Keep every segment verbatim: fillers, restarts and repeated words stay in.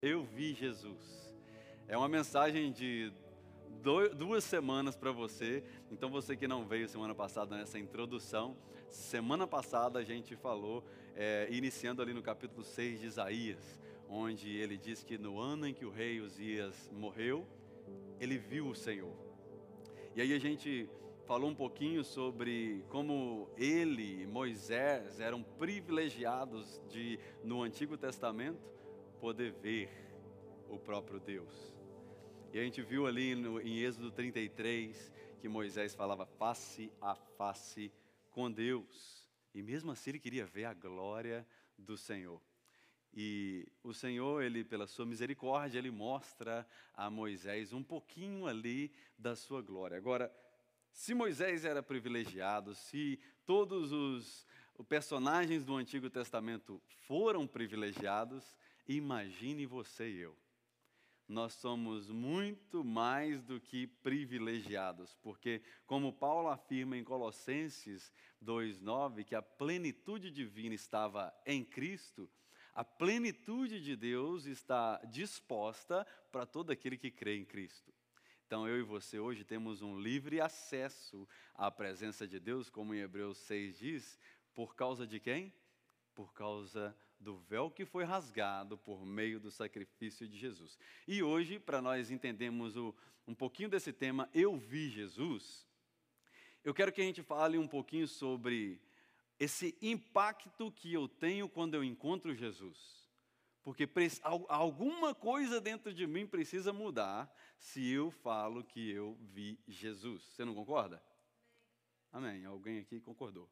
Eu vi Jesus. É uma mensagem de do- duas semanas para você. Então, você que não veio semana passada nessa introdução, semana passada a gente falou, é, iniciando ali no capítulo seis de Isaías, onde ele diz que no ano em que o rei Uzias morreu, ele viu o Senhor. E aí a gente falou um pouquinho sobre como ele e Moisés eram privilegiados de, no Antigo Testamento, poder ver o próprio Deus. E a gente viu ali no, em Êxodo trinta e três que Moisés falava face a face com Deus. E mesmo assim ele queria ver a glória do Senhor. E o Senhor, ele, pela sua misericórdia, ele mostra a Moisés um pouquinho ali da sua glória. Agora, se Moisés era privilegiado, se todos os, os personagens do Antigo Testamento foram privilegiados, imagine você e eu. Nós somos muito mais do que privilegiados, porque, como Paulo afirma em Colossenses dois, nove, que a plenitude divina estava em Cristo, a plenitude de Deus está disposta para todo aquele que crê em Cristo. Então, eu e você hoje temos um livre acesso à presença de Deus, como em Hebreus seis diz, por causa de quem? Por causa do véu que foi rasgado por meio do sacrifício de Jesus. E hoje, para nós entendermos o, um pouquinho desse tema, Eu Vi Jesus, eu quero que a gente fale um pouquinho sobre esse impacto que eu tenho quando eu encontro Jesus. Porque alguma coisa dentro de mim precisa mudar se eu falo que eu vi Jesus. Você não concorda? Amém. Alguém aqui concordou.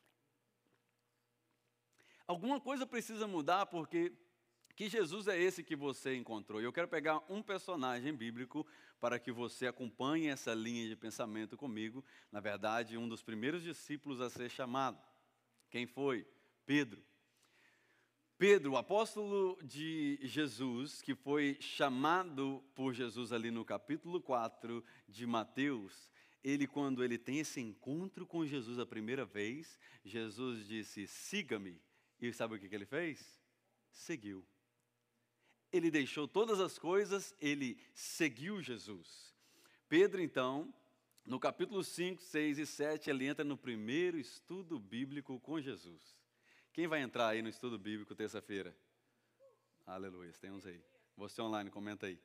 Alguma coisa precisa mudar porque que Jesus é esse que você encontrou. E eu quero pegar um personagem bíblico para que você acompanhe essa linha de pensamento comigo. Na verdade, um dos primeiros discípulos a ser chamado. Quem foi? Pedro. Pedro, o apóstolo de Jesus, que foi chamado por Jesus ali no capítulo quatro de Mateus, ele, quando ele tem esse encontro com Jesus a primeira vez, Jesus disse, siga-me. E sabe o que, que ele fez? Seguiu. Ele deixou todas as coisas, ele seguiu Jesus. Pedro, então, no capítulo cinco, seis e sete, ele entra no primeiro estudo bíblico com Jesus. Quem vai entrar aí no estudo bíblico terça-feira? Aleluia, tem uns aí. Você online, comenta aí.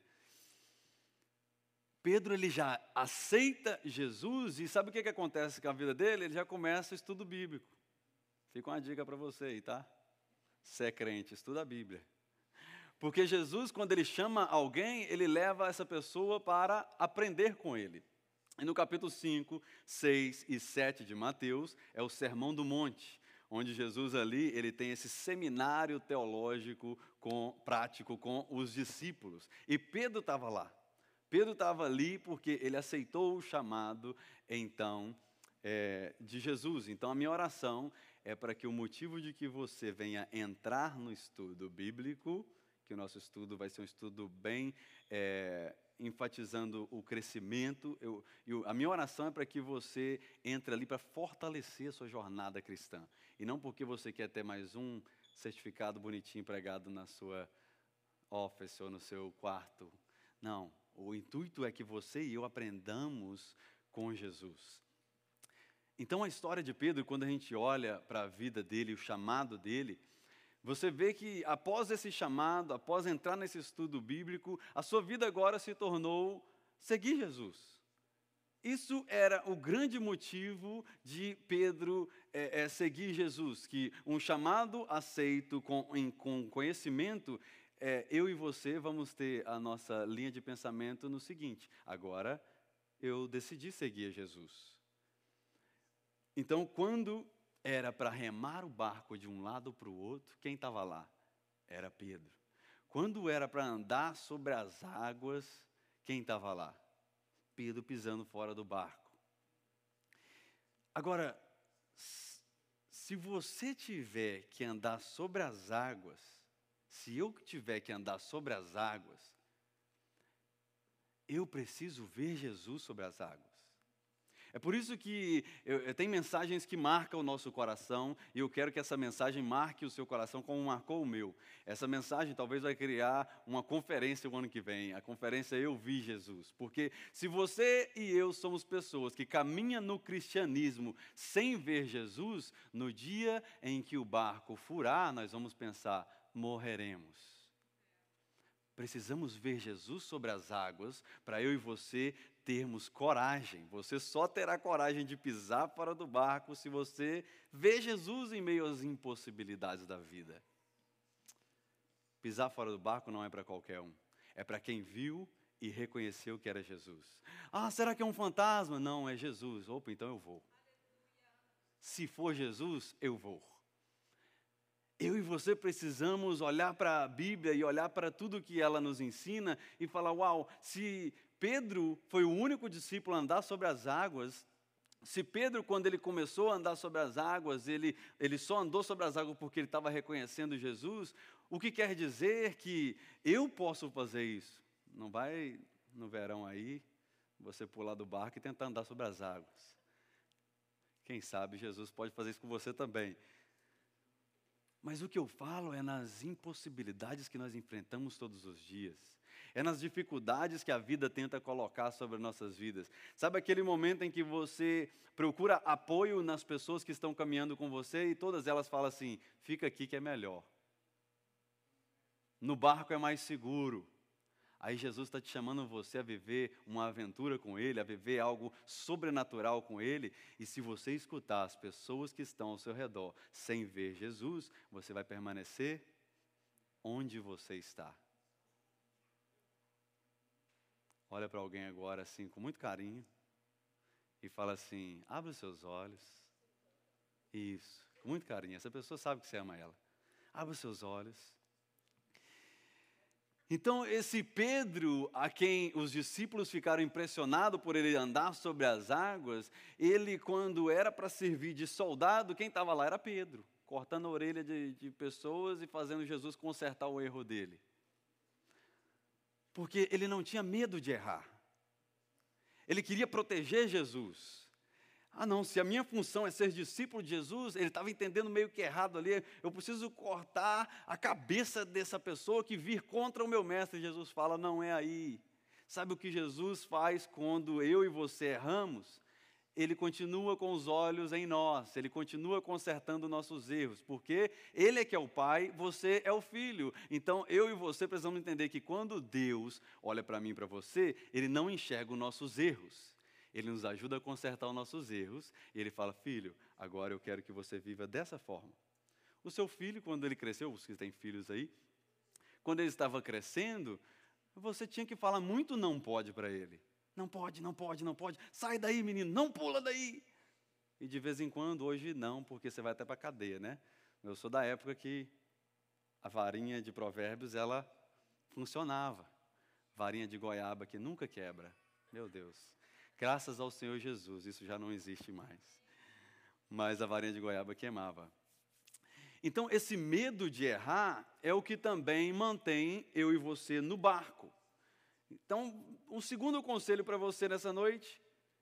Pedro, ele já aceita Jesus e sabe o que, que acontece com a vida dele? Ele já começa o estudo bíblico. Fica uma dica para você aí, tá? Se é crente, estuda a Bíblia. Porque Jesus, quando ele chama alguém, ele leva essa pessoa para aprender com ele. E no capítulo cinco, seis e sete de Mateus, é o Sermão do Monte, onde Jesus ali, ele tem esse seminário teológico com, prático com os discípulos. E Pedro estava lá. Pedro estava ali porque ele aceitou o chamado, então, é, de Jesus. Então, a minha oração é para que o motivo de que você venha entrar no estudo bíblico, que o nosso estudo vai ser um estudo bem é, enfatizando o crescimento. Eu, eu, a minha oração é para que você entre ali para fortalecer a sua jornada cristã. E não porque você quer ter mais um certificado bonitinho pregado na sua office ou no seu quarto. Não, o intuito é que você e eu aprendamos com Jesus. Então, a história de Pedro, quando a gente olha para a vida dele, o chamado dele, você vê que após esse chamado, após entrar nesse estudo bíblico, a sua vida agora se tornou seguir Jesus. Isso era o grande motivo de Pedro é, é, seguir Jesus, que um chamado aceito com, em, com conhecimento, é, eu e você vamos ter a nossa linha de pensamento no seguinte, agora eu decidi seguir Jesus. Então, quando era para remar o barco de um lado para o outro, quem estava lá? Era Pedro. Quando era para andar sobre as águas, quem estava lá? Pedro pisando fora do barco. Agora, se você tiver que andar sobre as águas, se eu tiver que andar sobre as águas, eu preciso ver Jesus sobre as águas. É por isso que eu, eu, tem mensagens que marcam o nosso coração, e eu quero que essa mensagem marque o seu coração como marcou o meu. Essa mensagem talvez vai criar uma conferência o ano que vem, a conferência Eu Vi Jesus. Porque se você e eu somos pessoas que caminham no cristianismo sem ver Jesus, no dia em que o barco furar, nós vamos pensar, morreremos. Precisamos ver Jesus sobre as águas para eu e você termos coragem. Você só terá coragem de pisar fora do barco se você ver Jesus em meio às impossibilidades da vida. Pisar fora do barco não é para qualquer um. É para quem viu e reconheceu que era Jesus. Ah, será que é um fantasma? Não, é Jesus. Opa, então eu vou. Se for Jesus, eu vou. Eu e você precisamos olhar para a Bíblia e olhar para tudo que ela nos ensina e falar, uau, se Pedro foi o único discípulo a andar sobre as águas, se Pedro, quando ele começou a andar sobre as águas, ele, ele só andou sobre as águas porque ele estava reconhecendo Jesus, o que quer dizer que eu posso fazer isso? Não vai no verão aí, você pular do barco e tentar andar sobre as águas. Quem sabe Jesus pode fazer isso com você também. Mas o que eu falo é nas impossibilidades que nós enfrentamos todos os dias. É nas dificuldades que a vida tenta colocar sobre nossas vidas. Sabe aquele momento em que você procura apoio nas pessoas que estão caminhando com você e todas elas falam assim, fica aqui que é melhor. No barco é mais seguro. Aí Jesus está te chamando você a viver uma aventura com Ele, a viver algo sobrenatural com Ele. E se você escutar as pessoas que estão ao seu redor sem ver Jesus, você vai permanecer onde você está. Olha para alguém agora assim, com muito carinho, e fala assim, abre os seus olhos. Isso, com muito carinho. Essa pessoa sabe que você ama ela. Abre os seus olhos. Então, esse Pedro, a quem os discípulos ficaram impressionados por ele andar sobre as águas, ele, quando era para servir de soldado, quem estava lá era Pedro, cortando a orelha de, de pessoas e fazendo Jesus consertar o erro dele. Porque ele não tinha medo de errar. Ele queria proteger Jesus. Ah, não, se a minha função é ser discípulo de Jesus, ele estava entendendo meio que errado ali, eu preciso cortar a cabeça dessa pessoa que vir contra o meu mestre. Jesus fala, não é aí. Sabe o que Jesus faz quando eu e você erramos? Ele continua com os olhos em nós, ele continua consertando nossos erros, porque ele é que é o pai, você é o filho. Então, eu e você precisamos entender que quando Deus olha para mim e para você, ele não enxerga os nossos erros. Ele nos ajuda a consertar os nossos erros, e ele fala, filho, agora eu quero que você viva dessa forma. O seu filho, quando ele cresceu, os que têm filhos aí, quando ele estava crescendo, você tinha que falar muito não pode para ele. Não pode, não pode, não pode. Sai daí, menino, não pula daí. E de vez em quando, hoje não, porque você vai até para a cadeia, né? Eu sou da época que a varinha de provérbios, ela funcionava. Varinha de goiaba que nunca quebra. Meu Deus. Graças ao Senhor Jesus, isso já não existe mais. Mas a varinha de goiaba queimava. Então, esse medo de errar é o que também mantém eu e você no barco. Então, um segundo conselho para você nessa noite,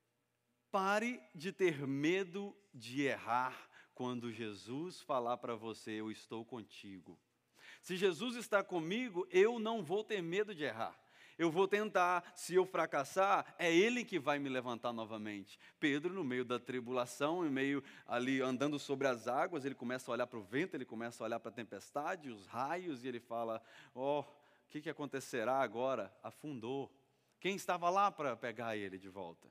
pare de ter medo de errar quando Jesus falar para você, eu estou contigo. Se Jesus está comigo, eu não vou ter medo de errar. Eu vou tentar, se eu fracassar, é Ele que vai me levantar novamente. Pedro, no meio da tribulação, em meio ali andando sobre as águas, ele começa a olhar para o vento, ele começa a olhar para a tempestade, os raios, e ele fala, ó, oh, o que, que acontecerá agora? Afundou. Quem estava lá para pegar ele de volta?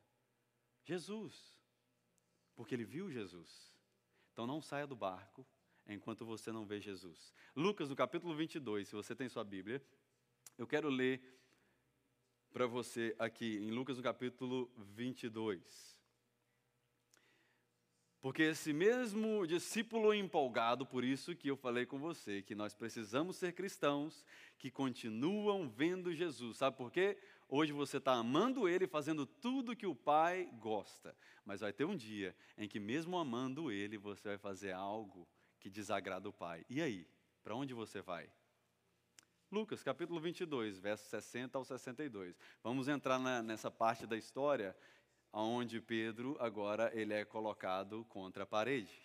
Jesus. Porque ele viu Jesus. Então não saia do barco enquanto você não vê Jesus. Lucas, no capítulo vinte e dois, se você tem sua Bíblia, eu quero ler para você aqui, em Lucas, no capítulo vinte e dois. Porque esse mesmo discípulo empolgado, por isso que eu falei com você, que nós precisamos ser cristãos que continuam vendo Jesus. Sabe por quê? Hoje você está amando Ele, fazendo tudo que o Pai gosta. Mas vai ter um dia em que mesmo amando Ele, você vai fazer algo que desagrada o Pai. E aí? Para onde você vai? Lucas, capítulo vinte e dois, versos sessenta ao sessenta e dois. Vamos entrar na, nessa parte da história onde Pedro agora ele é colocado contra a parede.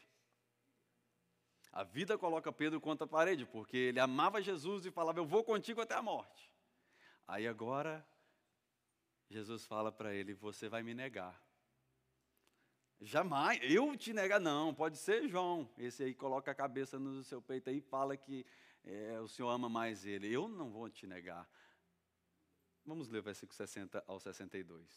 A vida coloca Pedro contra a parede, porque ele amava Jesus e falava, eu vou contigo até a morte. Aí agora, Jesus fala para ele, você vai me negar. Jamais, eu te negar, não, pode ser João. Esse aí coloca a cabeça no seu peito aí e fala que é, o Senhor ama mais ele. Eu não vou te negar. Vamos ler o versículo sessenta ao sessenta e dois.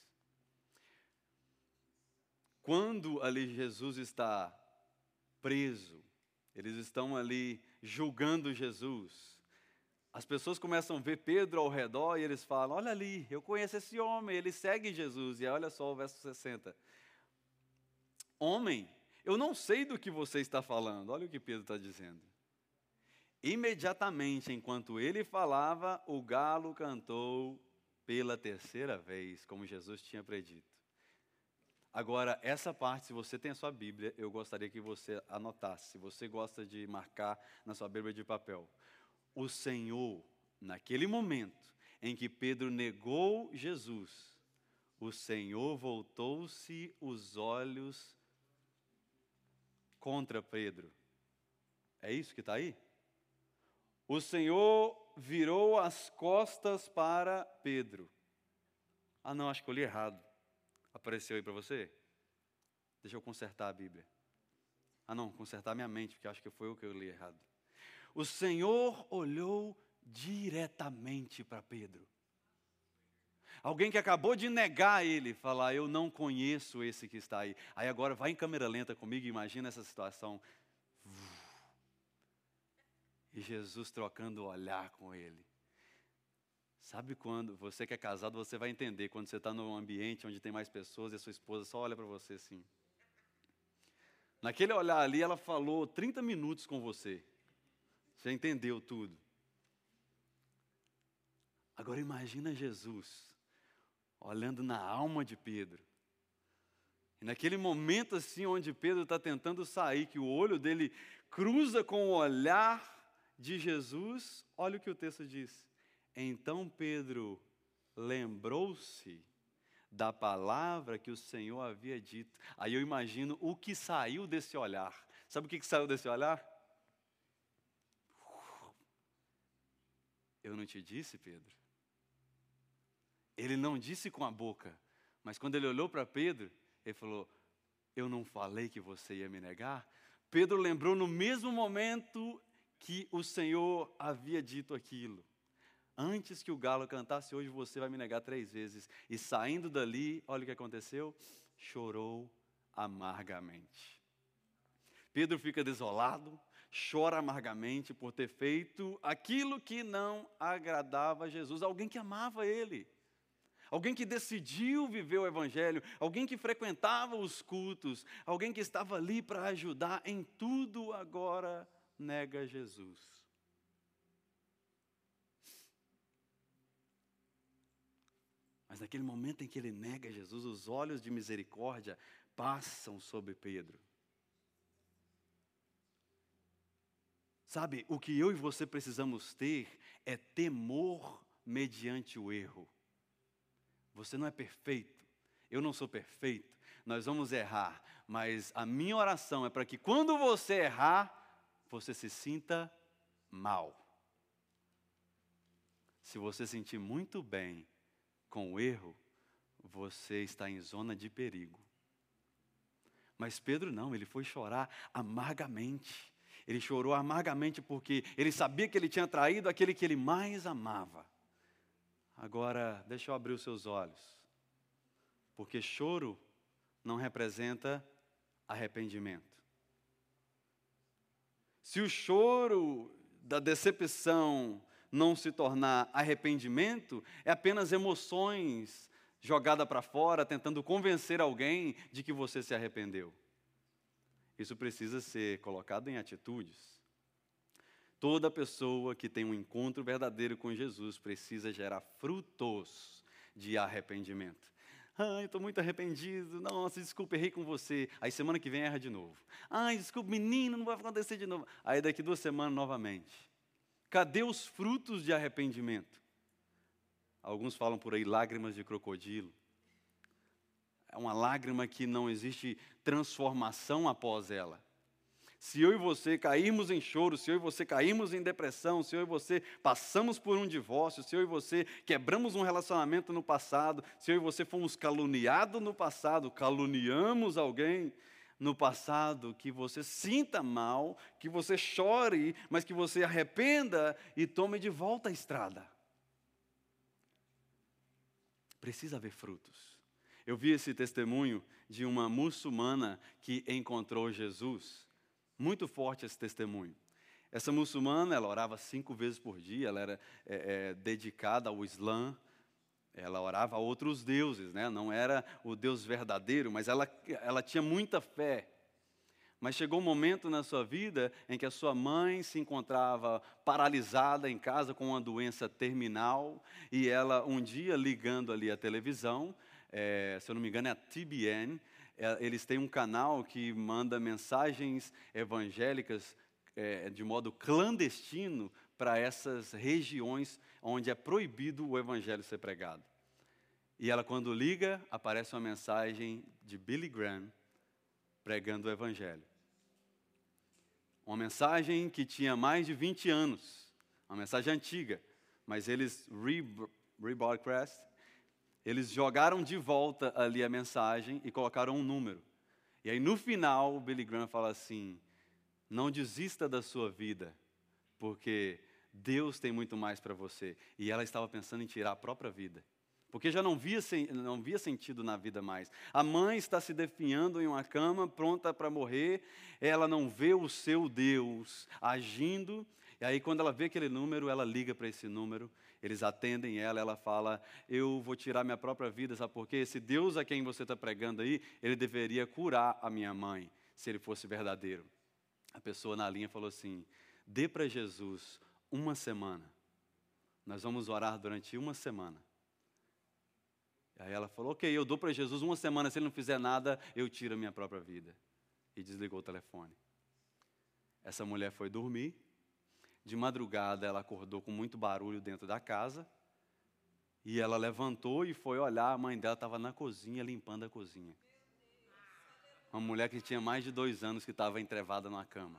Quando ali Jesus está preso, eles estão ali julgando Jesus. As pessoas começam a ver Pedro ao redor e eles falam, olha ali, eu conheço esse homem, ele segue Jesus. E olha só o verso sessenta. Homem, eu não sei do que você está falando. Olha o que Pedro está dizendo. Imediatamente, enquanto ele falava, o galo cantou pela terceira vez, como Jesus tinha predito. Agora, essa parte, se você tem a sua Bíblia, eu gostaria que você anotasse. Se você gosta de marcar na sua Bíblia de papel. O Senhor, naquele momento em que Pedro negou Jesus, o Senhor voltou-se os olhos contra Pedro. É isso que está aí? O Senhor virou as costas para Pedro. Ah não, acho que eu li errado. Apareceu aí para você? Deixa eu consertar a Bíblia. Ah não, consertar minha mente, porque acho que foi o que eu li errado. O Senhor olhou diretamente para Pedro. Alguém que acabou de negar ele, falar, eu não conheço esse que está aí. Aí agora vai em câmera lenta comigo, imagina essa situação. E Jesus trocando o olhar com ele. Sabe quando, você que é casado, você vai entender, quando você está num ambiente onde tem mais pessoas e a sua esposa só olha para você assim. Naquele olhar ali, ela falou trinta minutos com você. Você entendeu tudo. Agora imagina Jesus olhando na alma de Pedro. E naquele momento assim, onde Pedro está tentando sair, que o olho dele cruza com o olhar de Jesus, olha o que o texto diz. Então Pedro lembrou-se da palavra que o Senhor havia dito. Aí eu imagino o que saiu desse olhar. Sabe o que, que saiu desse olhar? Eu não te disse, Pedro? Ele não disse com a boca, mas quando ele olhou para Pedro, ele falou, eu não falei que você ia me negar? Pedro lembrou no mesmo momento que o Senhor havia dito aquilo. Antes que o galo cantasse, hoje você vai me negar três vezes. E saindo dali, olha o que aconteceu, chorou amargamente. Pedro fica desolado, chora amargamente por ter feito aquilo que não agradava a Jesus. Alguém que amava ele. Alguém que decidiu viver o Evangelho, alguém que frequentava os cultos, alguém que estava ali para ajudar em tudo, agora nega Jesus. Mas naquele momento em que ele nega Jesus, os olhos de misericórdia passam sobre Pedro. Sabe, o que eu e você precisamos ter é temor mediante o erro. Você não é perfeito, eu não sou perfeito, nós vamos errar, mas a minha oração é para que quando você errar, você se sinta mal. Se você sentir muito bem com o erro, você está em zona de perigo. Mas Pedro não, ele foi chorar amargamente. Ele chorou amargamente porque ele sabia que ele tinha traído aquele que ele mais amava. Agora, deixa eu abrir os seus olhos, porque choro não representa arrependimento. Se o choro da decepção não se tornar arrependimento, é apenas emoções jogadas para fora, tentando convencer alguém de que você se arrependeu. Isso precisa ser colocado em atitudes. Toda pessoa que tem um encontro verdadeiro com Jesus precisa gerar frutos de arrependimento. Ai, estou muito arrependido. Nossa, desculpa, errei com você. Aí semana que vem erra de novo. Ai, desculpa, menino, não vai acontecer de novo. Aí daqui duas semanas novamente. Cadê os frutos de arrependimento? Alguns falam por aí lágrimas de crocodilo. é uma lágrima que não existe transformação após ela. Se eu e você cairmos em choro, se eu e você cairmos em depressão, se eu e você passamos por um divórcio, se eu e você quebramos um relacionamento no passado, se eu e você fomos caluniados no passado, caluniamos alguém no passado, que você sinta mal, que você chore, mas que você arrependa e tome de volta a estrada. Precisa haver frutos. Eu vi esse testemunho de uma muçulmana que encontrou Jesus. Muito forte esse testemunho. Essa muçulmana, ela orava cinco vezes por dia, ela era é, é, dedicada ao Islã, ela orava a outros deuses, né? Não era o Deus verdadeiro, mas ela, ela tinha muita fé. Mas chegou um momento na sua vida em que a sua mãe se encontrava paralisada em casa com uma doença terminal, e ela um dia ligando ali a televisão, é, se eu não me engano é a T B N, eles têm um canal que manda mensagens evangélicas é, de modo clandestino para essas regiões onde é proibido o evangelho ser pregado. E ela, quando liga, aparece uma mensagem de Billy Graham pregando o evangelho. Uma mensagem que tinha mais de vinte anos, uma mensagem antiga, mas eles rebroadcast, eles jogaram de volta ali a mensagem e colocaram um número. E aí no final o Billy Graham fala assim: não desista da sua vida, porque Deus tem muito mais para você. E ela estava pensando em tirar a própria vida, porque já não via, não via sentido na vida mais. A mãe está se definhando em uma cama, pronta para morrer, ela não vê o seu Deus agindo, e aí quando ela vê aquele número, ela liga para esse número, eles atendem ela, ela fala: eu vou tirar minha própria vida, sabe por quê? Esse Deus a quem você está pregando aí, ele deveria curar a minha mãe, se ele fosse verdadeiro. A pessoa na linha falou assim: dê para Jesus uma semana, nós vamos orar durante uma semana. Aí ela falou: ok, eu dou para Jesus uma semana, se ele não fizer nada, eu tiro a minha própria vida. E desligou o telefone. Essa mulher foi dormir. De madrugada ela acordou com muito barulho dentro da casa. E ela levantou e foi olhar, a mãe dela estava na cozinha, limpando a cozinha. Uma mulher que tinha mais de dois anos, que estava entrevada na cama.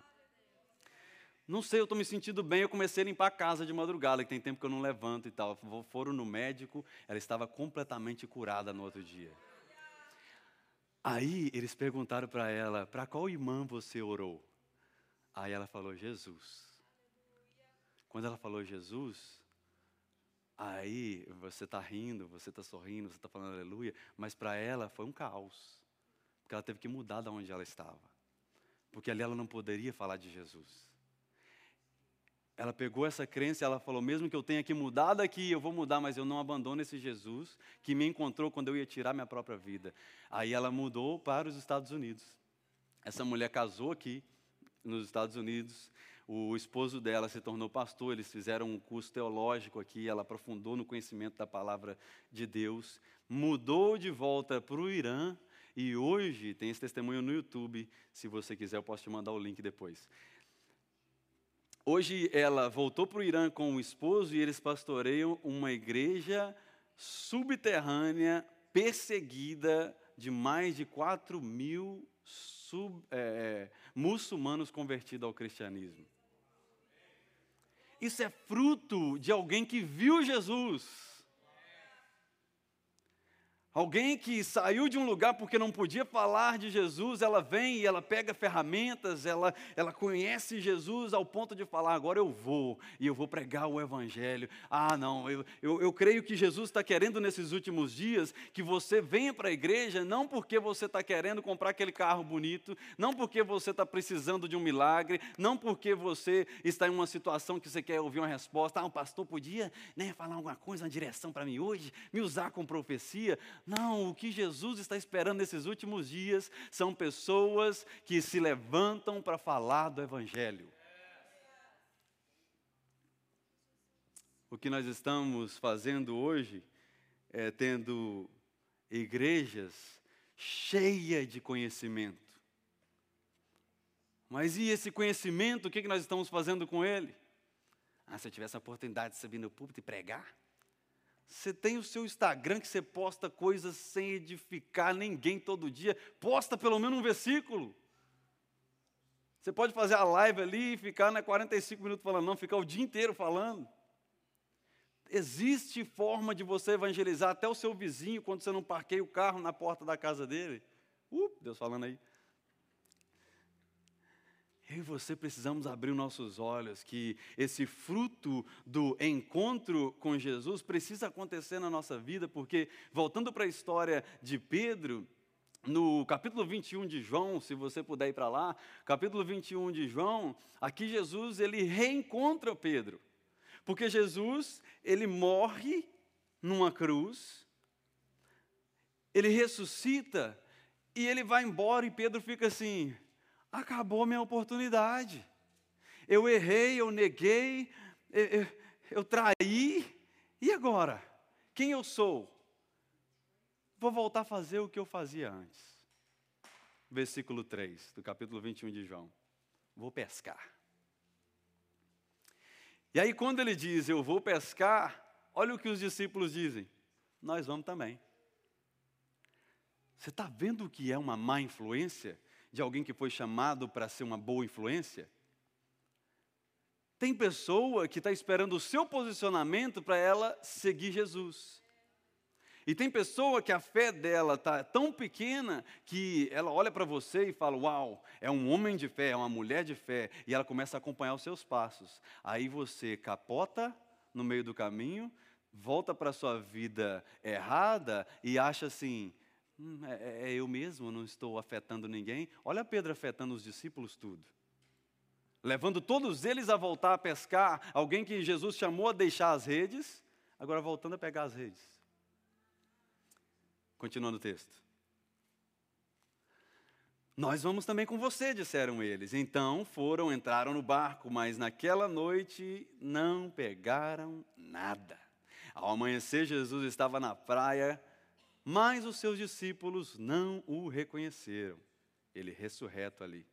Não sei, eu estou me sentindo bem, eu comecei a limpar a casa de madrugada, que tem tempo que eu não levanto e tal. Foram no médico, ela estava completamente curada no outro dia. Aí eles perguntaram para ela: para qual irmã você orou? Aí ela falou: Jesus. Quando ela falou Jesus, aí você está rindo, você está sorrindo, você está falando aleluia, mas para ela foi um caos, porque ela teve que mudar de onde ela estava, porque ali ela não poderia falar de Jesus. Ela pegou essa crença e ela falou: mesmo que eu tenha que mudar daqui, eu vou mudar, mas eu não abandono esse Jesus que me encontrou quando eu ia tirar minha própria vida. Aí ela mudou para os Estados Unidos. Essa mulher casou aqui nos Estados Unidos. O esposo dela se tornou pastor, eles fizeram um curso teológico aqui, ela aprofundou no conhecimento da palavra de Deus, mudou de volta para o Irã, e hoje tem esse testemunho no YouTube. Se você quiser, eu posso te mandar o link depois. Hoje ela voltou para o Irã com o esposo e eles pastoreiam uma igreja subterrânea, perseguida, de mais de quatro mil sub, é, muçulmanos convertidos ao cristianismo. Isso é fruto de alguém que viu Jesus. Alguém que saiu de um lugar porque não podia falar de Jesus, ela vem e ela pega ferramentas, ela, ela conhece Jesus ao ponto de falar: agora eu vou, e eu vou pregar o evangelho. Ah, não, eu, eu, eu creio que Jesus está querendo nesses últimos dias que você venha para a igreja, não porque você está querendo comprar aquele carro bonito, não porque você está precisando de um milagre, não porque você está em uma situação que você quer ouvir uma resposta. Ah, um pastor podia, né, falar alguma coisa, uma direção para mim hoje, me usar com profecia. Não, o que Jesus está esperando nesses últimos dias são pessoas que se levantam para falar do evangelho. O que nós estamos fazendo hoje é tendo igrejas cheias de conhecimento. Mas e esse conhecimento, o que nós estamos fazendo com ele? Ah, se eu tivesse a oportunidade de subir no púlpito e pregar, Você tem o seu Instagram que você posta coisas sem edificar ninguém todo dia. Posta pelo menos um versículo. Você pode fazer a live ali e ficar né, quarenta e cinco minutos falando, não, ficar o dia inteiro falando. Existe forma de você evangelizar até o seu vizinho quando você não parqueia o carro na porta da casa dele. Uh, Deus falando aí. Eu e você precisamos abrir os nossos olhos, que esse fruto do encontro com Jesus precisa acontecer na nossa vida, porque, voltando para a história de Pedro, no capítulo vinte e um de João, se você puder ir para lá, capítulo vinte e um de João, aqui Jesus, ele reencontra Pedro, porque Jesus, ele morre numa cruz, ele ressuscita, e ele vai embora, e Pedro fica assim, acabou a minha oportunidade, eu errei, eu neguei, eu, eu, eu traí, e agora? Quem eu sou? Vou voltar a fazer o que eu fazia antes. Versículo três, do capítulo vinte e um de João. Vou pescar. E aí quando ele diz, eu vou pescar, olha o que os discípulos dizem. Nós vamos também. Você está vendo o que é uma má influência? De alguém que foi chamado para ser uma boa influência? Tem pessoa que está esperando o seu posicionamento para ela seguir Jesus. E tem pessoa que a fé dela está tão pequena que ela olha para você e fala, uau, é um homem de fé, é uma mulher de fé, e ela começa a acompanhar os seus passos. Aí você capota no meio do caminho, volta para a sua vida errada e acha assim, hum, é, é eu mesmo, não estou afetando ninguém. Olha Pedro afetando os discípulos tudo. Levando todos eles a voltar a pescar, alguém que Jesus chamou a deixar as redes, agora voltando a pegar as redes. Continuando o texto. Nós vamos também com você, disseram eles. Então foram, entraram no barco, mas naquela noite não pegaram nada. Ao amanhecer, Jesus estava na praia, mas os seus discípulos não o reconheceram. Ele ressurreto ali.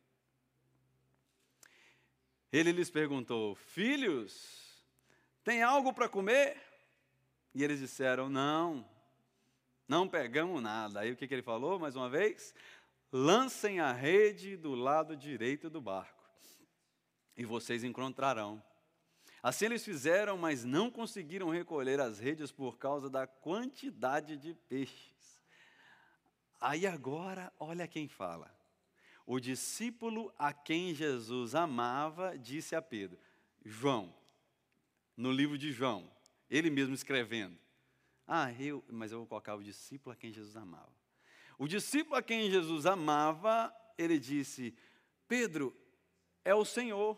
Ele lhes perguntou, filhos, tem algo para comer? E eles disseram, não. Não pegamos nada. Aí o que, que ele falou mais uma vez? Lancem a rede do lado direito do barco, e vocês encontrarão. Assim eles fizeram, mas não conseguiram recolher as redes por causa da quantidade de peixes. Aí agora, olha quem fala. O discípulo a quem Jesus amava disse a Pedro, João, no livro de João, ele mesmo escrevendo, Ah, eu, mas eu vou colocar o discípulo a quem Jesus amava. O discípulo a quem Jesus amava, ele disse, Pedro, é o Senhor.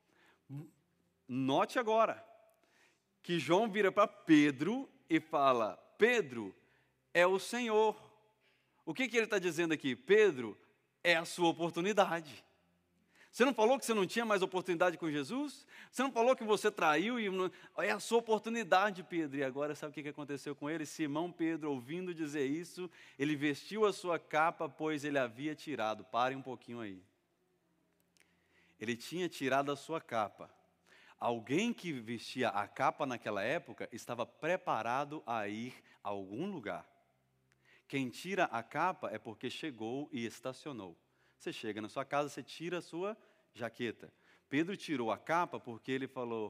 Note agora, que João vira para Pedro e fala, Pedro, é o Senhor. O que, que ele está dizendo aqui? Pedro, é a sua oportunidade. Você não falou que você não tinha mais oportunidade com Jesus? Você não falou que você traiu? E não... É a sua oportunidade, Pedro. E agora sabe o que aconteceu com ele? Simão Pedro, ouvindo dizer isso, ele vestiu a sua capa, pois ele havia tirado. Pare um pouquinho aí. Ele tinha tirado a sua capa. Alguém que vestia a capa naquela época estava preparado a ir a algum lugar. Quem tira a capa é porque chegou e estacionou. Você chega na sua casa, você tira a sua jaqueta. Pedro tirou a capa porque ele falou,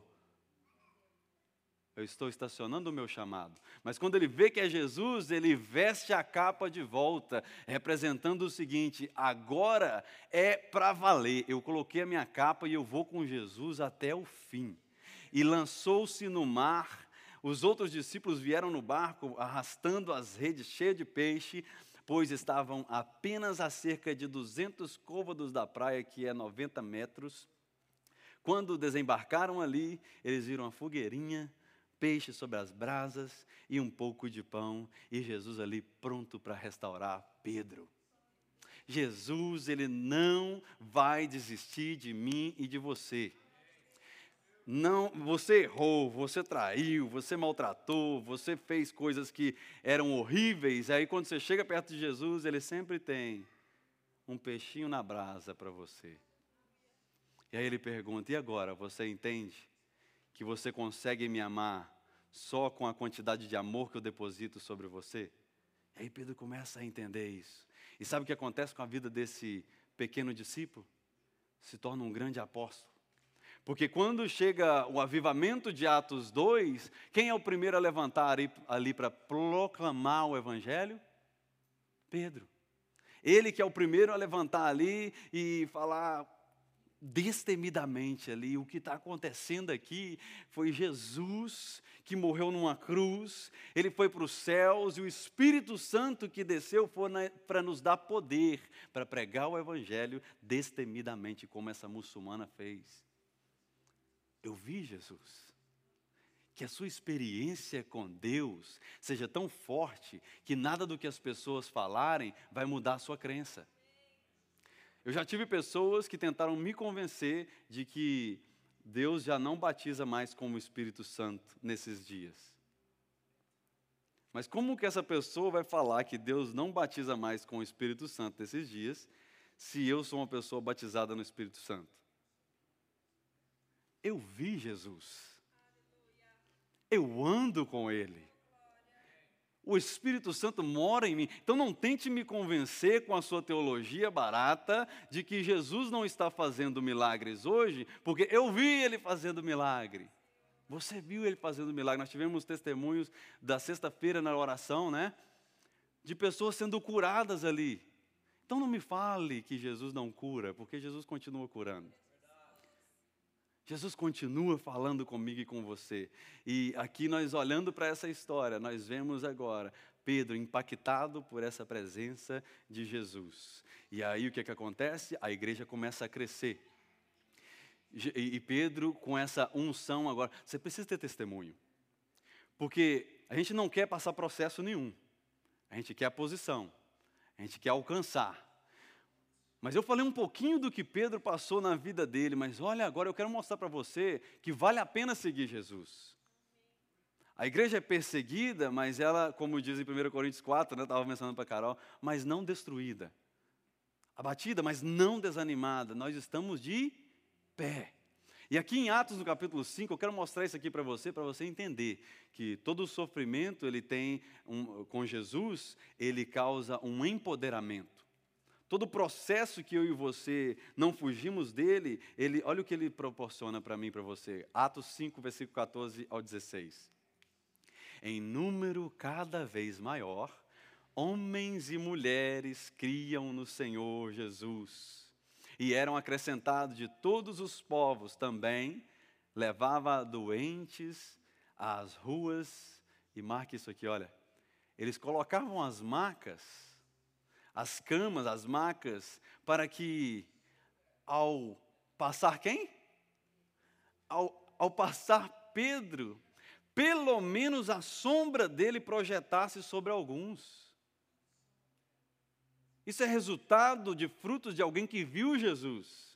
eu estou estacionando o meu chamado. Mas quando ele vê que é Jesus, ele veste a capa de volta, representando o seguinte, agora é para valer. Eu coloquei a minha capa e eu vou com Jesus até o fim. E lançou-se no mar. Os outros discípulos vieram no barco, arrastando as redes cheias de peixe, pois estavam apenas a cerca de duzentos côvados da praia, que é noventa metros. Quando desembarcaram ali, eles viram uma fogueirinha, peixe sobre as brasas e um pouco de pão, e Jesus ali pronto para restaurar Pedro. Jesus, ele não vai desistir de mim e de você. Não, você errou, você traiu, você maltratou, você fez coisas que eram horríveis. Aí quando você chega perto de Jesus, ele sempre tem um peixinho na brasa para você. E aí ele pergunta, e agora, você entende que você consegue me amar só com a quantidade de amor que eu deposito sobre você? E aí Pedro começa a entender isso. E sabe o que acontece com a vida desse pequeno discípulo? Se torna um grande apóstolo. Porque quando chega o avivamento de Atos dois, quem é o primeiro a levantar ali para proclamar o evangelho? Pedro. Ele que é o primeiro a levantar ali e falar destemidamente ali, o que está acontecendo aqui foi Jesus que morreu numa cruz, ele foi para os céus e o Espírito Santo que desceu foi para nos dar poder, para pregar o evangelho destemidamente, como essa muçulmana fez. Eu vi Jesus. Que a sua experiência com Deus seja tão forte que nada do que as pessoas falarem vai mudar a sua crença. Eu já tive pessoas que tentaram me convencer de que Deus já não batiza mais com o Espírito Santo nesses dias. Mas como que essa pessoa vai falar que Deus não batiza mais com o Espírito Santo nesses dias, se eu sou uma pessoa batizada no Espírito Santo? Eu vi Jesus. Eu ando com Ele. O Espírito Santo mora em mim. Então não tente me convencer com a sua teologia barata de que Jesus não está fazendo milagres hoje, porque eu vi Ele fazendo milagre. Você viu Ele fazendo milagre. Nós tivemos testemunhos da sexta-feira na oração, né? De pessoas sendo curadas ali. Então não me fale que Jesus não cura, porque Jesus continua curando. Jesus continua falando comigo e com você. E aqui nós olhando para essa história, nós vemos agora Pedro impactado por essa presença de Jesus. E aí o que, que acontece? A igreja começa a crescer. E Pedro com essa unção agora, você precisa ter testemunho. Porque a gente não quer passar processo nenhum. A gente quer a posição. A gente quer alcançar. Mas eu falei um pouquinho do que Pedro passou na vida dele, mas olha, agora eu quero mostrar para você que vale a pena seguir Jesus. A igreja é perseguida, mas ela, como diz em primeira Coríntios quatro, né, estava mencionando para Carol, mas não destruída. Abatida, mas não desanimada. Nós estamos de pé. E aqui em Atos, no capítulo cinco, eu quero mostrar isso aqui para você, para você entender que todo o sofrimento, ele tem, um, com Jesus, ele causa um empoderamento. Todo o processo que eu e você não fugimos dele, ele, olha o que ele proporciona para mim e para você. Atos cinco, versículo quatorze ao dezesseis. Em número cada vez maior, homens e mulheres criam no Senhor Jesus. E eram acrescentados de todos os povos também, levava doentes às ruas, e marque isso aqui, olha. Eles colocavam as macas, as camas, as macas, para que ao passar quem? Ao, ao passar Pedro, pelo menos a sombra dele projetasse sobre alguns. Isso é resultado de frutos de alguém que viu Jesus.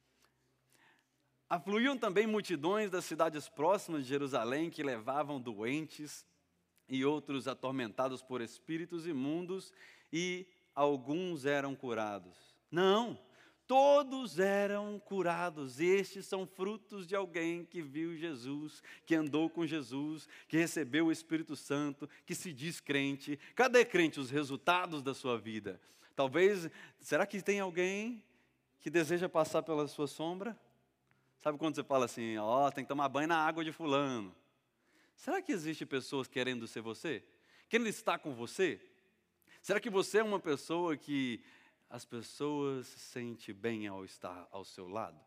Afluíam também multidões das cidades próximas de Jerusalém que levavam doentes e outros atormentados por espíritos imundos e alguns eram curados. Não, todos eram curados. Estes são frutos de alguém que viu Jesus, que andou com Jesus, que recebeu o Espírito Santo, que se diz crente. Cadê crente os resultados da sua vida? Talvez, será que tem alguém que deseja passar pela sua sombra? Sabe quando você fala assim, ó, oh, tem que tomar banho na água de fulano. Será que existe pessoas querendo ser você? Querendo estar com você? Será que você é uma pessoa que as pessoas se sentem bem ao estar ao seu lado?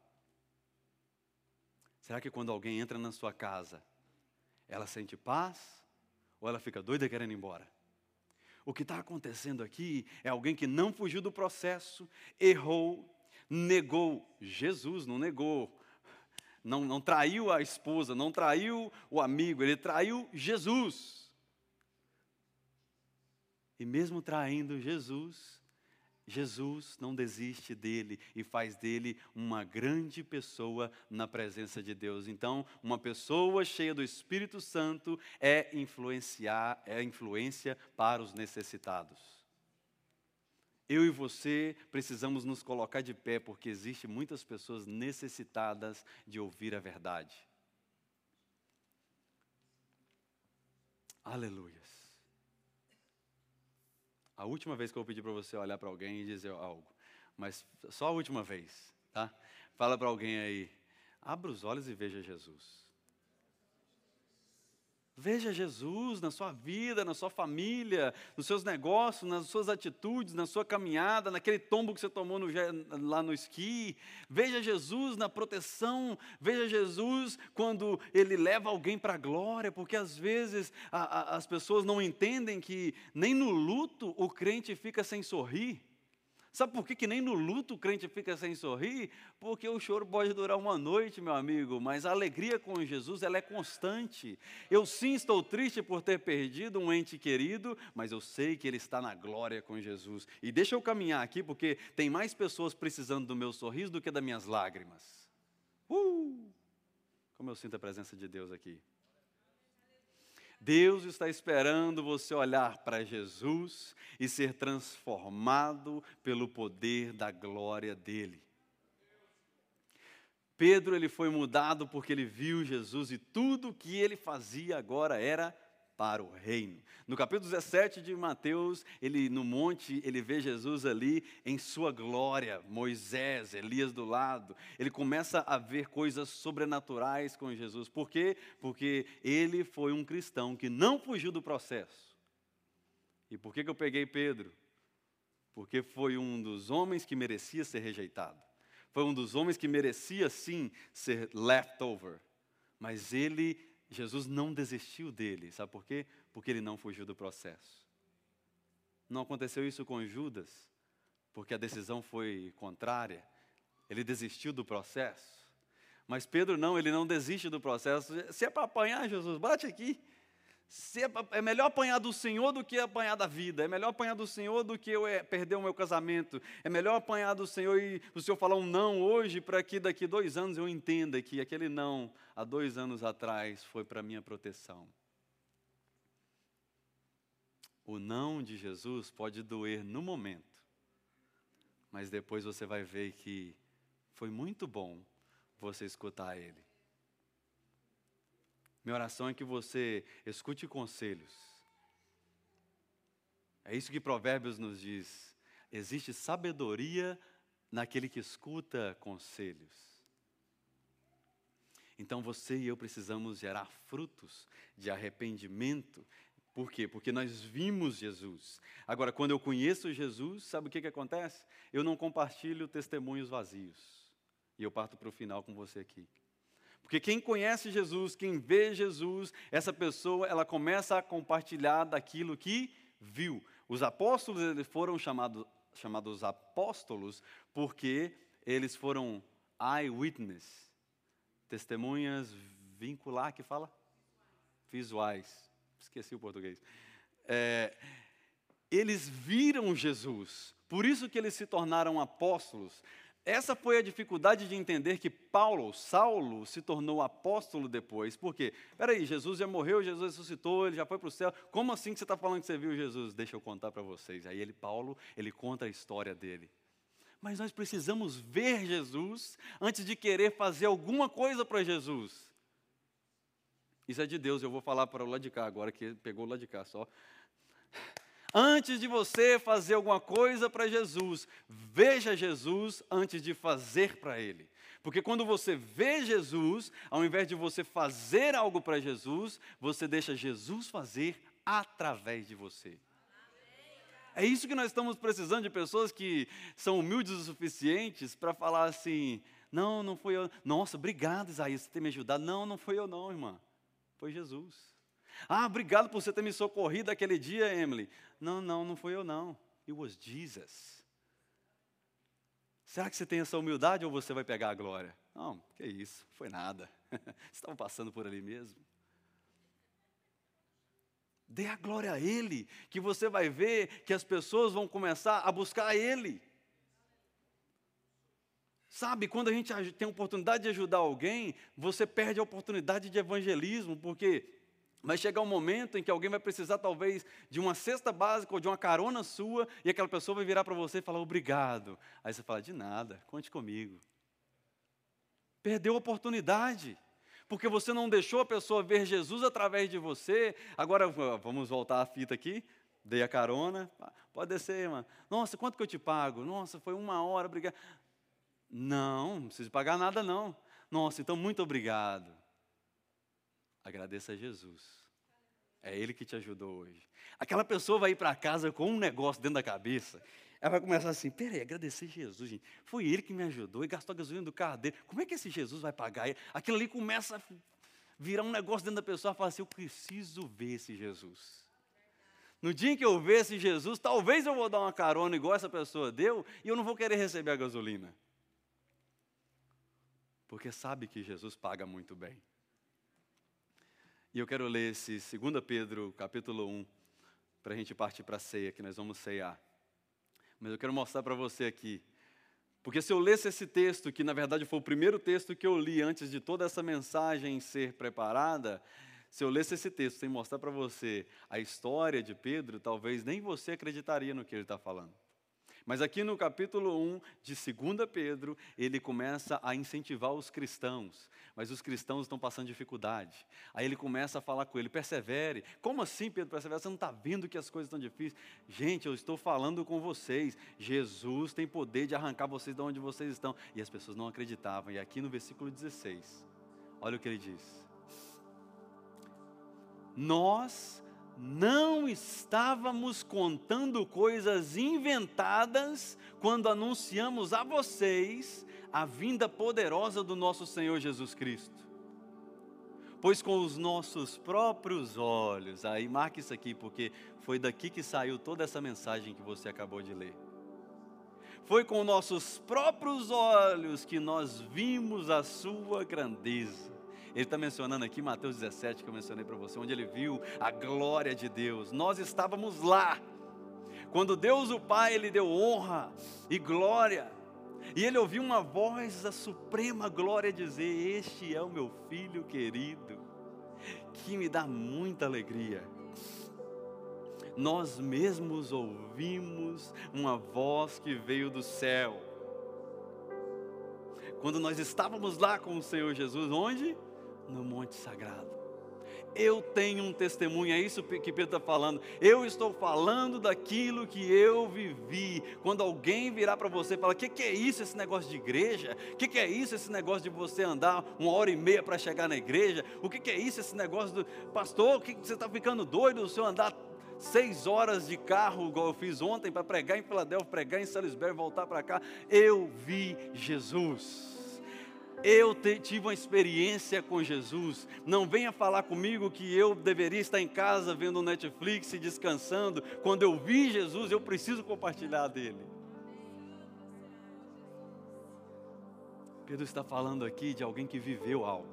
Será que quando alguém entra na sua casa, ela sente paz ou ela fica doida querendo ir embora? O que está acontecendo aqui é alguém que não fugiu do processo, errou, negou Jesus, não negou, não, não traiu a esposa, não traiu o amigo, ele traiu Jesus. E mesmo traindo Jesus, Jesus não desiste dele e faz dele uma grande pessoa na presença de Deus. Então, uma pessoa cheia do Espírito Santo é influenciar, é influência para os necessitados. Eu e você precisamos nos colocar de pé, porque existem muitas pessoas necessitadas de ouvir a verdade. Aleluias. A última vez que eu vou pedir para você olhar para alguém e dizer algo, mas só a última vez, tá? Fala para alguém aí, abra os olhos e veja Jesus. Veja Jesus na sua vida, na sua família, nos seus negócios, nas suas atitudes, na sua caminhada, naquele tombo que você tomou no, lá no esqui. Veja Jesus na proteção, veja Jesus quando Ele leva alguém para a glória, porque às vezes a, a, as pessoas não entendem que nem no luto o crente fica sem sorrir. Sabe por que, que nem no luto o crente fica sem sorrir? Porque o choro pode durar uma noite, meu amigo, mas a alegria com Jesus, ela é constante. Eu sim estou triste por ter perdido um ente querido, mas eu sei que ele está na glória com Jesus. E deixa eu caminhar aqui, porque tem mais pessoas precisando do meu sorriso do que das minhas lágrimas. Uh! Como eu sinto a presença de Deus aqui. Deus está esperando você olhar para Jesus e ser transformado pelo poder da glória dele. Pedro, ele foi mudado porque ele viu Jesus e tudo o que ele fazia agora era para o reino. No capítulo dezessete de Mateus, ele no monte, ele vê Jesus ali em sua glória, Moisés, Elias do lado. Ele começa a ver coisas sobrenaturais com Jesus. Por quê? Porque ele foi um cristão que não fugiu do processo. E por que que eu peguei Pedro? Porque foi um dos homens que merecia ser rejeitado. Foi um dos homens que merecia sim ser leftover. Mas ele Jesus não desistiu dele, sabe por quê? Porque ele não fugiu do processo. Não aconteceu isso com Judas, porque a decisão foi contrária. Ele desistiu do processo. Mas Pedro não, ele não desiste do processo. Se é para apanhar, Jesus, bate aqui. Se é, pra, é melhor apanhar do Senhor do que apanhar da vida. É melhor apanhar do Senhor do que eu é, perder o meu casamento. É melhor apanhar do Senhor e o Senhor falar um não hoje para que daqui dois anos eu entenda que aquele não, há dois anos atrás, foi para a minha proteção. O não de Jesus pode doer no momento, mas depois você vai ver que foi muito bom você escutar Ele. Minha oração é que você escute conselhos. É isso que Provérbios nos diz. Existe sabedoria naquele que escuta conselhos. Então você e eu precisamos gerar frutos de arrependimento. Por quê? Porque nós vimos Jesus. Agora, quando eu conheço Jesus, sabe o que que acontece? Eu não compartilho testemunhos vazios. E eu parto para o final com você aqui. Porque quem conhece Jesus, quem vê Jesus, essa pessoa, ela começa a compartilhar daquilo que viu. Os apóstolos, eles foram chamados, chamados apóstolos porque eles foram eyewitness, testemunhas vincular, que fala? Visuais. Esqueci o português. É, eles viram Jesus, por isso que eles se tornaram apóstolos. Essa foi a dificuldade de entender que Paulo, Saulo, se tornou apóstolo depois. Por quê? Espera aí, Jesus já morreu, Jesus ressuscitou, ele já foi para o céu. Como assim que você está falando que você viu Jesus? Deixa eu contar para vocês. Aí ele, Paulo, ele conta a história dele. Mas nós precisamos ver Jesus antes de querer fazer alguma coisa para Jesus. Isso é de Deus, eu vou falar para o lado de cá agora, que pegou o lado de cá só. Antes de você fazer alguma coisa para Jesus, veja Jesus antes de fazer para Ele. Porque quando você vê Jesus, ao invés de você fazer algo para Jesus, você deixa Jesus fazer através de você. É isso que nós estamos precisando, de pessoas que são humildes o suficientes para falar assim, não, não foi eu. Nossa, obrigado, Isaías, por ter me ajudado. Não, não foi eu não, irmã. Foi Jesus. Ah, obrigado por você ter me socorrido aquele dia, Emily. Não, não, não foi eu não. It was Jesus. Será que você tem essa humildade ou você vai pegar a glória? Não, que isso, foi nada. Você estava passando por ali mesmo. Dê a glória a Ele, que você vai ver que as pessoas vão começar a buscar Ele. Sabe, quando a gente tem a oportunidade de ajudar alguém, você perde a oportunidade de evangelismo, porque vai chegar um momento em que alguém vai precisar, talvez, de uma cesta básica ou de uma carona sua, e aquela pessoa vai virar para você e falar, obrigado. Aí você fala, de nada, conte comigo. Perdeu a oportunidade. porque você não deixou a pessoa ver Jesus através de você. Agora, vamos voltar à fita aqui. Dei a carona. Pode descer, mano. Nossa, quanto que eu te pago? Nossa, foi uma hora, obrigado. Não, não precisa pagar nada, não. Nossa, então muito obrigado. Agradeça a Jesus. É Ele que te ajudou hoje. Aquela pessoa vai ir para casa com um negócio dentro da cabeça. Ela vai começar assim, peraí, agradecer Jesus, gente. Foi Ele que me ajudou e gastou a gasolina do carro dele. Como é que esse Jesus vai pagar ele? Aquilo ali começa a virar um negócio dentro da pessoa. Ela fala assim, eu preciso ver esse Jesus. No dia em que eu ver esse Jesus, talvez eu vou dar uma carona igual essa pessoa deu e eu não vou querer receber a gasolina. Porque sabe que Jesus paga muito bem. E eu quero ler esse dois Pedro, capítulo um, para a gente partir para a ceia, que nós vamos ceiar. Mas eu quero mostrar para você aqui, porque se eu lesse esse texto, que na verdade foi o primeiro texto que eu li antes de toda essa mensagem ser preparada, se eu lesse esse texto sem mostrar para você a história de Pedro, talvez nem você acreditaria no que ele está falando. Mas aqui no capítulo um de dois Pedro, ele começa a incentivar os cristãos, mas os cristãos estão passando dificuldade. Aí ele começa a falar com ele, persevere. Como assim, Pedro, persevere? Você não está vendo que as coisas estão difíceis? Gente, eu estou falando com vocês. Jesus tem poder de arrancar vocês de onde vocês estão. E as pessoas não acreditavam. E aqui no versículo dezesseis, olha o que ele diz. Nós não estávamos contando coisas inventadas quando anunciamos a vocês a vinda poderosa do nosso Senhor Jesus Cristo. Pois com os nossos próprios olhos, aí marque isso aqui, porque foi daqui que saiu toda essa mensagem que você acabou de ler. Foi com nossos próprios olhos que nós vimos a sua grandeza. Ele está mencionando aqui Mateus dezessete, que eu mencionei para você, onde ele viu a glória de Deus. Nós estávamos lá, quando Deus o Pai, Ele deu honra e glória, e Ele ouviu uma voz da suprema glória dizer, este é o meu Filho querido, que me dá muita alegria. Nós mesmos ouvimos uma voz que veio do céu. Quando nós estávamos lá com o Senhor Jesus, onde? No Monte Sagrado. Eu tenho um testemunho, é isso que Pedro está falando. Eu estou falando daquilo que eu vivi. Quando alguém virar para você e falar, o que, que é isso, esse negócio de igreja? O que, que é isso, esse negócio de você andar uma hora e meia para chegar na igreja? O que, que é isso, esse negócio do... Pastor, o que, que você está ficando doido, o senhor andar seis horas de carro, igual eu fiz ontem, para pregar em Filadélfia, pregar em Salisbury, voltar para cá? Eu vi Jesus. Eu te, tive uma experiência com Jesus. Não venha falar comigo que eu deveria estar em casa vendo Netflix e descansando. Quando eu vi Jesus, eu preciso compartilhar dele. Pedro está falando aqui de alguém que viveu algo.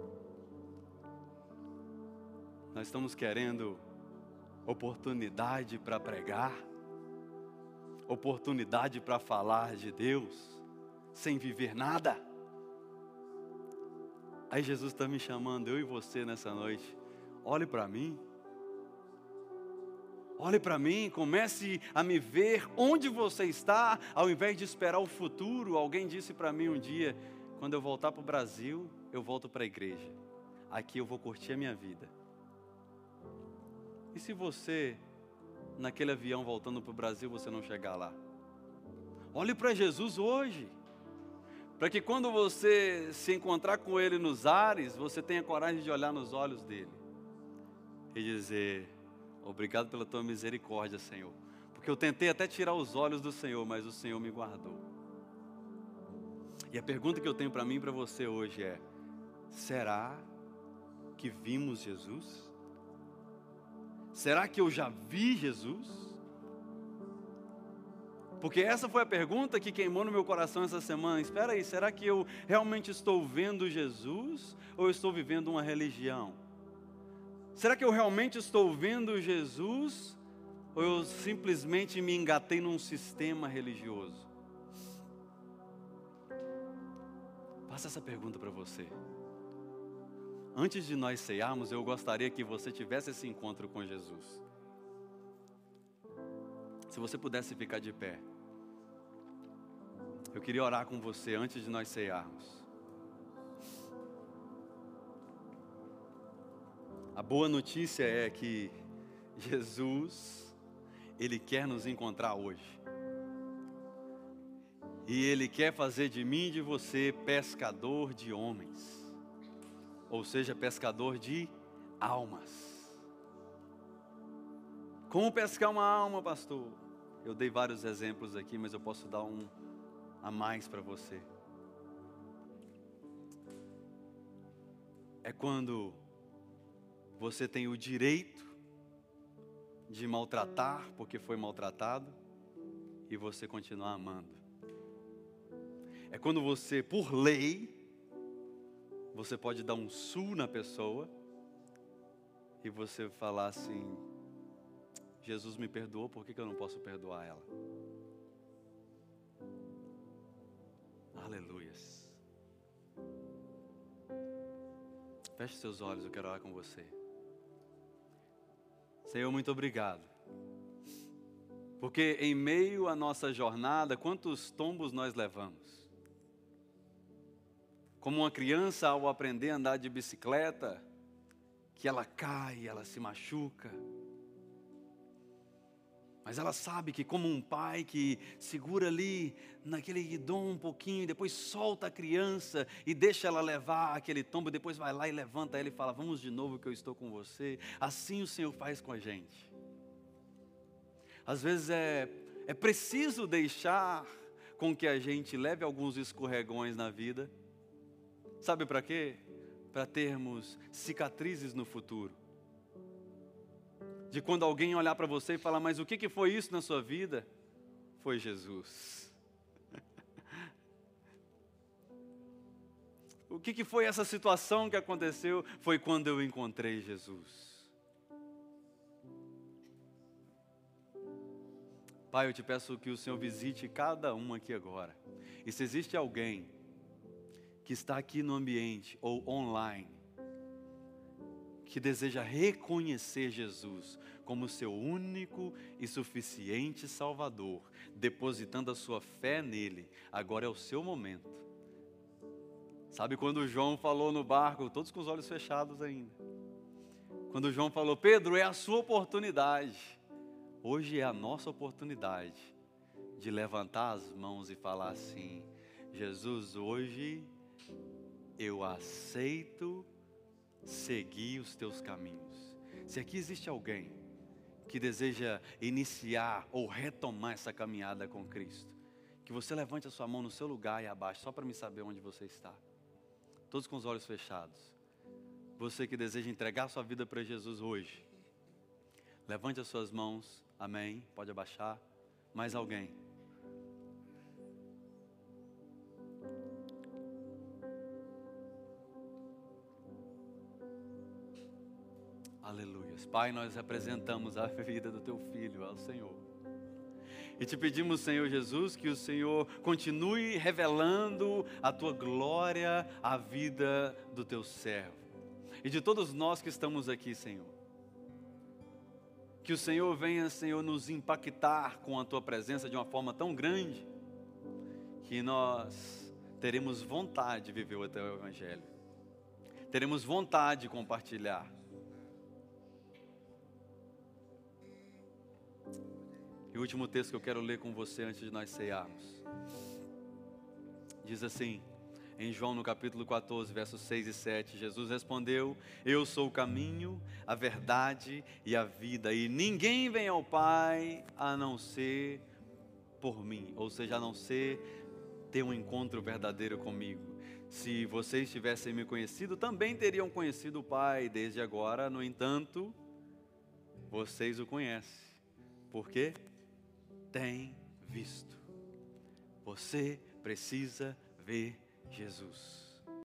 Nós estamos querendo oportunidade para pregar, oportunidade para falar de Deus, sem viver nada. Aí Jesus está me chamando, eu e você nessa noite, olhe para mim, olhe para mim, comece a me ver onde você está, ao invés de esperar o futuro. Alguém disse para mim um dia, quando eu voltar para o Brasil, eu volto para a igreja, aqui eu vou curtir a minha vida. E se você, naquele avião voltando para o Brasil, você não chegar lá? Olhe para Jesus hoje. Para que quando você se encontrar com Ele nos ares, você tenha coragem de olhar nos olhos dEle e dizer, obrigado pela Tua misericórdia, Senhor. Porque eu tentei até tirar os olhos do Senhor, mas o Senhor me guardou. E a pergunta que eu tenho para mim e para você hoje é, será que vimos Jesus? Será que eu já vi Jesus? Porque essa foi a pergunta que queimou no meu coração essa semana. Espera aí, será que eu realmente estou vendo Jesus ou eu estou vivendo uma religião? Será que eu realmente estou vendo Jesus ou eu simplesmente me engatei num sistema religioso? Faça essa pergunta para você. Antes de nós cearmos, eu gostaria que você tivesse esse encontro com Jesus. Se você pudesse ficar de pé, eu queria orar com você antes de nós cearmos. A boa notícia é que Jesus, Ele quer nos encontrar hoje. E Ele quer fazer de mim e de você pescador de homens. Ou seja, pescador de almas. Como pescar uma alma, pastor? Eu dei vários exemplos aqui, mas eu posso dar um a mais para você. É quando você tem o direito de maltratar porque foi maltratado e você continuar amando. É quando você, por lei, você pode dar um sul na pessoa e você falar assim: Jesus me perdoou, por que que eu não posso perdoar ela? Aleluias. Feche seus olhos, eu quero orar com você. Senhor, muito obrigado. Porque em meio à nossa jornada, quantos tombos nós levamos? Como uma criança ao aprender a andar de bicicleta, que ela cai, ela se machuca. Mas ela sabe que como um pai que segura ali naquele guidão um pouquinho, depois solta a criança e deixa ela levar aquele tombo, depois vai lá e levanta ela e fala: vamos de novo que eu estou com você. Assim o Senhor faz com a gente. Às vezes é, é preciso deixar com que a gente leve alguns escorregões na vida. Sabe para quê? Para termos cicatrizes no futuro. De quando alguém olhar para você e falar: mas o que que foi isso na sua vida? Foi Jesus. O que que foi essa situação que aconteceu? Foi quando eu encontrei Jesus. Pai, eu te peço que o Senhor visite cada um aqui agora. E se existe alguém que está aqui no ambiente ou online, que deseja reconhecer Jesus como seu único e suficiente Salvador, depositando a sua fé nele, agora é o seu momento. Sabe quando João falou no barco, todos com os olhos fechados ainda, quando João falou: Pedro, é a sua oportunidade. Hoje é a nossa oportunidade de levantar as mãos e falar assim: Jesus, hoje eu aceito seguir os teus caminhos. Se aqui existe alguém que deseja iniciar ou retomar essa caminhada com Cristo, que você levante a sua mão no seu lugar e abaixe, só para me saber onde você está. Todos com os olhos fechados. Você que deseja entregar sua vida para Jesus hoje, levante as suas mãos, amém, pode abaixar. Mais alguém? Aleluia. Pai, nós representamos a vida do Teu Filho ao Senhor. E te pedimos, Senhor Jesus, que o Senhor continue revelando a Tua glória à vida do Teu servo. E de todos nós que estamos aqui, Senhor. Que o Senhor venha, Senhor, nos impactar com a Tua presença de uma forma tão grande, que nós teremos vontade de viver o Teu Evangelho. Teremos vontade de compartilhar. E o último texto que eu quero ler com você antes de nós cearmos. Diz assim, em João no capítulo quatorze, versos seis e sete, Jesus respondeu: eu sou o caminho, a verdade e a vida, e ninguém vem ao Pai a não ser por mim, ou seja, a não ser ter um encontro verdadeiro comigo. Se vocês tivessem me conhecido, também teriam conhecido o Pai desde agora. No entanto, vocês o conhecem. Por quê? Tem visto. Você precisa ver Jesus.